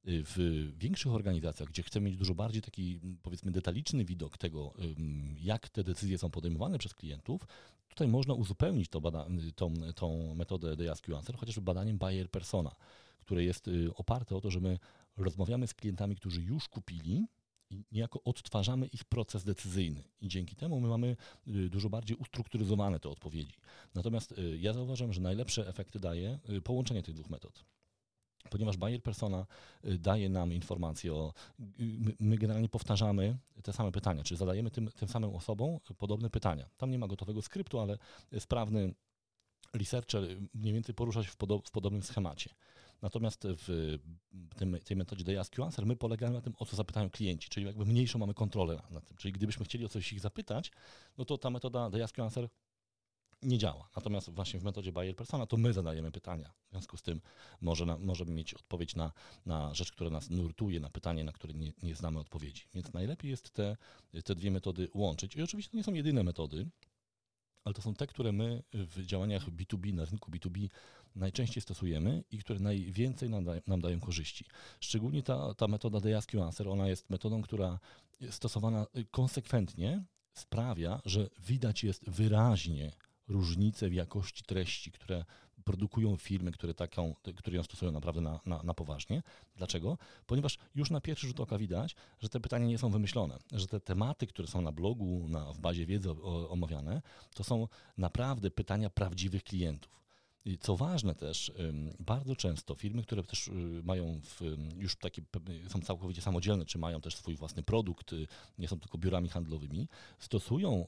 Speaker 1: W większych organizacjach, gdzie chcemy mieć dużo bardziej taki, powiedzmy, detaliczny widok tego, jak te decyzje są podejmowane przez klientów, tutaj można uzupełnić to bada- tą, tą metodę They Ask You Answer chociażby badaniem Buyer Persona, które jest oparte o to, że my rozmawiamy z klientami, którzy już kupili i niejako odtwarzamy ich proces decyzyjny i dzięki temu my mamy dużo bardziej ustrukturyzowane te odpowiedzi. Natomiast ja zauważam, że najlepsze efekty daje połączenie tych dwóch metod. Ponieważ Buyer Persona daje nam informacje o, my generalnie powtarzamy te same pytania, czy zadajemy tym, tym samym osobom podobne pytania. Tam nie ma gotowego skryptu, ale sprawny researcher mniej więcej porusza się w, podo- w podobnym schemacie. Natomiast w tym, tej metodzie They Ask You Answer my polegamy na tym, o co zapytają klienci, czyli jakby mniejszą mamy kontrolę na, na tym. Czyli gdybyśmy chcieli o coś ich zapytać, no to ta metoda They Ask You Answer nie działa. Natomiast właśnie w metodzie Buyer Persona to my zadajemy pytania. W związku z tym może na, możemy mieć odpowiedź na, na rzecz, która nas nurtuje, na pytanie, na które nie, nie znamy odpowiedzi. Więc najlepiej jest te, te dwie metody łączyć. I oczywiście to nie są jedyne metody, ale to są te, które my w działaniach B dwa B, na rynku B dwa B najczęściej stosujemy i które najwięcej nam, da, nam dają korzyści. Szczególnie ta, ta metoda They Ask You Answer, ona jest metodą, która stosowana konsekwentnie sprawia, że widać jest wyraźnie różnice w jakości treści, które produkują firmy, które, taką, które ją stosują naprawdę na, na, na poważnie. Dlaczego? Ponieważ już na pierwszy rzut oka widać, że te pytania nie są wymyślone, że te tematy, które są na blogu, na, w bazie wiedzy omawiane, to są naprawdę pytania prawdziwych klientów. I co ważne też, bardzo często firmy, które też mają w, już takie, są całkowicie samodzielne, czy mają też swój własny produkt, nie są tylko biurami handlowymi, stosują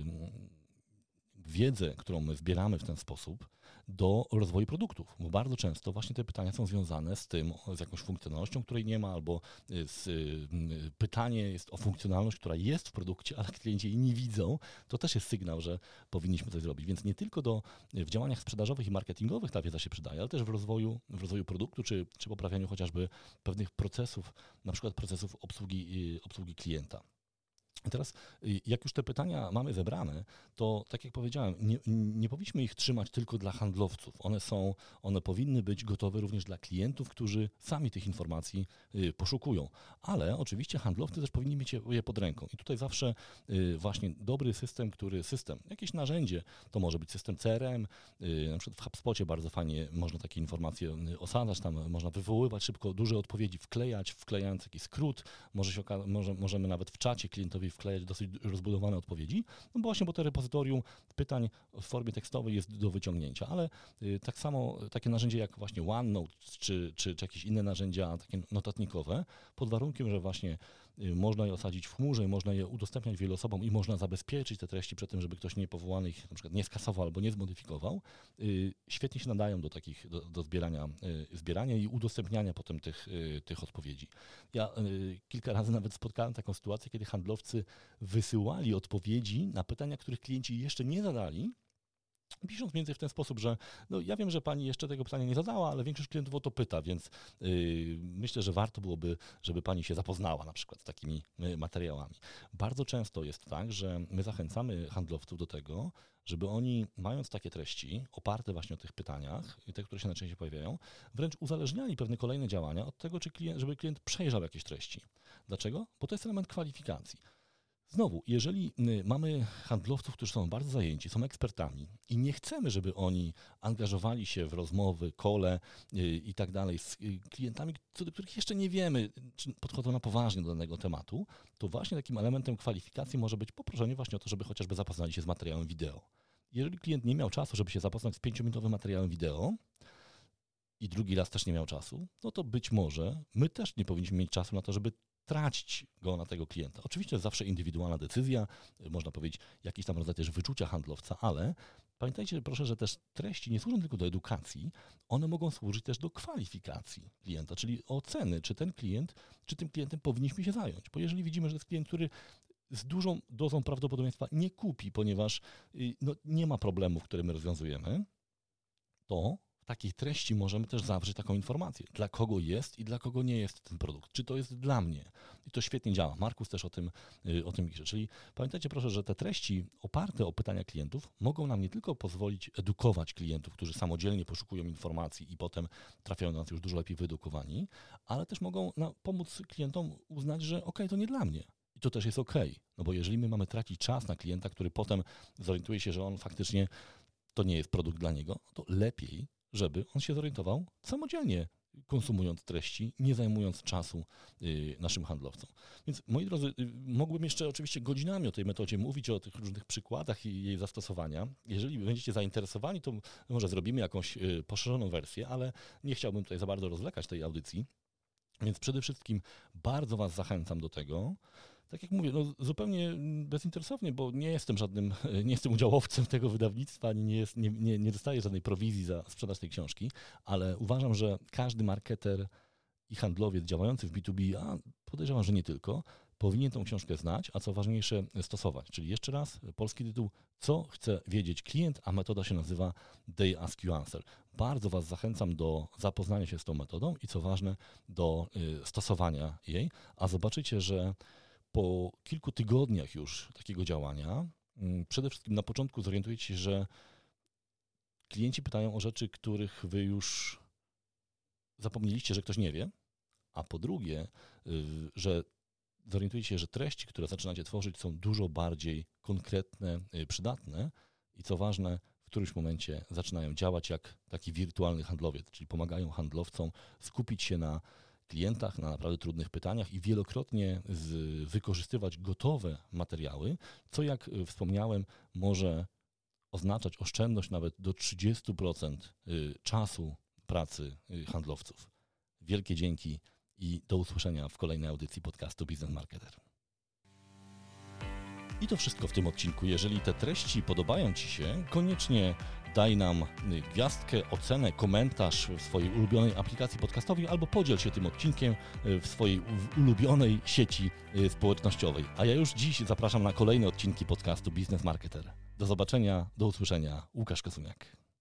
Speaker 1: wiedzę, którą my zbieramy w ten sposób do rozwoju produktów, bo bardzo często właśnie te pytania są związane z tym, z jakąś funkcjonalnością, której nie ma, albo z, pytanie jest o funkcjonalność, która jest w produkcie, ale klienci jej nie widzą, to też jest sygnał, że powinniśmy coś zrobić. Więc nie tylko do, w działaniach sprzedażowych i marketingowych ta wiedza się przydaje, ale też w rozwoju, w rozwoju produktu, czy, czy poprawianiu chociażby pewnych procesów, na przykład procesów obsługi, obsługi klienta. Teraz, jak już te pytania mamy zebrane, to tak jak powiedziałem, nie, nie powinniśmy ich trzymać tylko dla handlowców. One są, one powinny być gotowe również dla klientów, którzy sami tych informacji poszukują. Ale oczywiście handlowcy też powinni mieć je pod ręką. I tutaj zawsze właśnie dobry system, który system, jakieś narzędzie, to może być system C R M, na przykład w HubSpocie bardzo fajnie można takie informacje osadzać, tam można wywoływać szybko duże odpowiedzi, wklejać, wklejając jakiś skrót, może się oka- może, możemy nawet w czacie klientowi wklejać dosyć rozbudowane odpowiedzi, no bo właśnie, bo to repozytorium pytań w formie tekstowej jest do wyciągnięcia, ale y, tak samo takie narzędzie jak właśnie OneNote czy, czy, czy jakieś inne narzędzia takie notatnikowe, pod warunkiem, że właśnie y, można je osadzić w chmurze i można je udostępniać wielu osobom i można zabezpieczyć te treści przed tym, żeby ktoś niepowołany ich na przykład nie skasował albo nie zmodyfikował, y, świetnie się nadają do takich, do, do zbierania, y, zbierania i udostępniania potem tych, y, tych odpowiedzi. Ja y, kilka razy nawet spotkałem taką sytuację, kiedy handlowcy wysyłali odpowiedzi na pytania, których klienci jeszcze nie zadali, pisząc między w ten sposób, że no ja wiem, że pani jeszcze tego pytania nie zadała, ale większość klientów o to pyta, więc yy, myślę, że warto byłoby, żeby pani się zapoznała na przykład z takimi yy, materiałami. Bardzo często jest tak, że my zachęcamy handlowców do tego, żeby oni, mając takie treści, oparte właśnie o tych pytaniach, te, które się najczęściej pojawiają, wręcz uzależniali pewne kolejne działania od tego, czy klient, żeby klient przejrzał jakieś treści. Dlaczego? Bo to jest element kwalifikacji. Znowu, jeżeli mamy handlowców, którzy są bardzo zajęci, są ekspertami i nie chcemy, żeby oni angażowali się w rozmowy, kole i tak dalej z klientami, co do których jeszcze nie wiemy, czy podchodzą na poważnie do danego tematu, to właśnie takim elementem kwalifikacji może być poproszenie właśnie o to, żeby chociażby zapoznali się z materiałem wideo. Jeżeli klient nie miał czasu, żeby się zapoznać z pięciominutowym materiałem wideo i drugi raz też nie miał czasu, no to być może my też nie powinniśmy mieć czasu na to, żeby tracić go na tego klienta. Oczywiście to jest zawsze indywidualna decyzja, można powiedzieć jakiś tam rodzaj też wyczucia handlowca, ale pamiętajcie proszę, że też treści nie służą tylko do edukacji, one mogą służyć też do kwalifikacji klienta, czyli oceny, czy ten klient, czy tym klientem powinniśmy się zająć. Bo jeżeli widzimy, że to jest klient, który z dużą dozą prawdopodobieństwa nie kupi, ponieważ no, nie ma problemów, które my rozwiązujemy, to w takiej treści możemy też zawrzeć taką informację, dla kogo jest i dla kogo nie jest ten produkt. Czy to jest dla mnie? I to świetnie działa. Markus też o tym, o tym pisze. Czyli pamiętajcie proszę, że te treści oparte o pytania klientów mogą nam nie tylko pozwolić edukować klientów, którzy samodzielnie poszukują informacji i potem trafiają do nas już dużo lepiej wyedukowani, ale też mogą na, pomóc klientom uznać, że ok, to nie dla mnie. I to też jest ok. No bo jeżeli my mamy tracić czas na klienta, który potem zorientuje się, że on faktycznie to nie jest produkt dla niego, to lepiej, żeby on się zorientował samodzielnie, konsumując treści, nie zajmując czasu y, naszym handlowcom. Więc moi drodzy, y, mógłbym jeszcze oczywiście godzinami o tej metodzie mówić, o tych różnych przykładach i jej zastosowania. Jeżeli będziecie zainteresowani, to może zrobimy jakąś y, poszerzoną wersję, ale nie chciałbym tutaj za bardzo rozwlekać tej audycji. Więc przede wszystkim bardzo Was zachęcam do tego. Tak jak mówię, no zupełnie bezinteresownie, bo nie jestem żadnym, nie jestem udziałowcem tego wydawnictwa, ani nie, jest, nie, nie, nie dostaję żadnej prowizji za sprzedaż tej książki, ale uważam, że każdy marketer i handlowiec działający w B dwa B, a podejrzewam, że nie tylko, powinien tą książkę znać, a co ważniejsze stosować. Czyli jeszcze raz, polski tytuł, co chce wiedzieć klient, a metoda się nazywa They Ask You Answer. Bardzo Was zachęcam do zapoznania się z tą metodą i co ważne, do y, stosowania jej, a zobaczycie, że po kilku tygodniach już takiego działania Przede wszystkim na początku zorientujecie się, że klienci pytają o rzeczy, których wy już zapomnieliście, że ktoś nie wie, a po drugie, że zorientujecie się, że treści, które zaczynacie tworzyć, są dużo bardziej konkretne, przydatne i co ważne, w którymś momencie zaczynają działać jak taki wirtualny handlowiec, czyli pomagają handlowcom skupić się na klientach, na naprawdę trudnych pytaniach i wielokrotnie z, wykorzystywać gotowe materiały, co jak wspomniałem może oznaczać oszczędność nawet do trzydzieści procent czasu pracy handlowców. Wielkie dzięki i do usłyszenia w kolejnej audycji podcastu Business Marketer. I to wszystko w tym odcinku. Jeżeli te treści podobają Ci się, koniecznie daj nam gwiazdkę, ocenę, komentarz w swojej ulubionej aplikacji podcastowej albo podziel się tym odcinkiem w swojej ulubionej sieci społecznościowej. A ja już dziś zapraszam na kolejne odcinki podcastu Business Marketer. Do zobaczenia, do usłyszenia. Łukasz Kosuniak.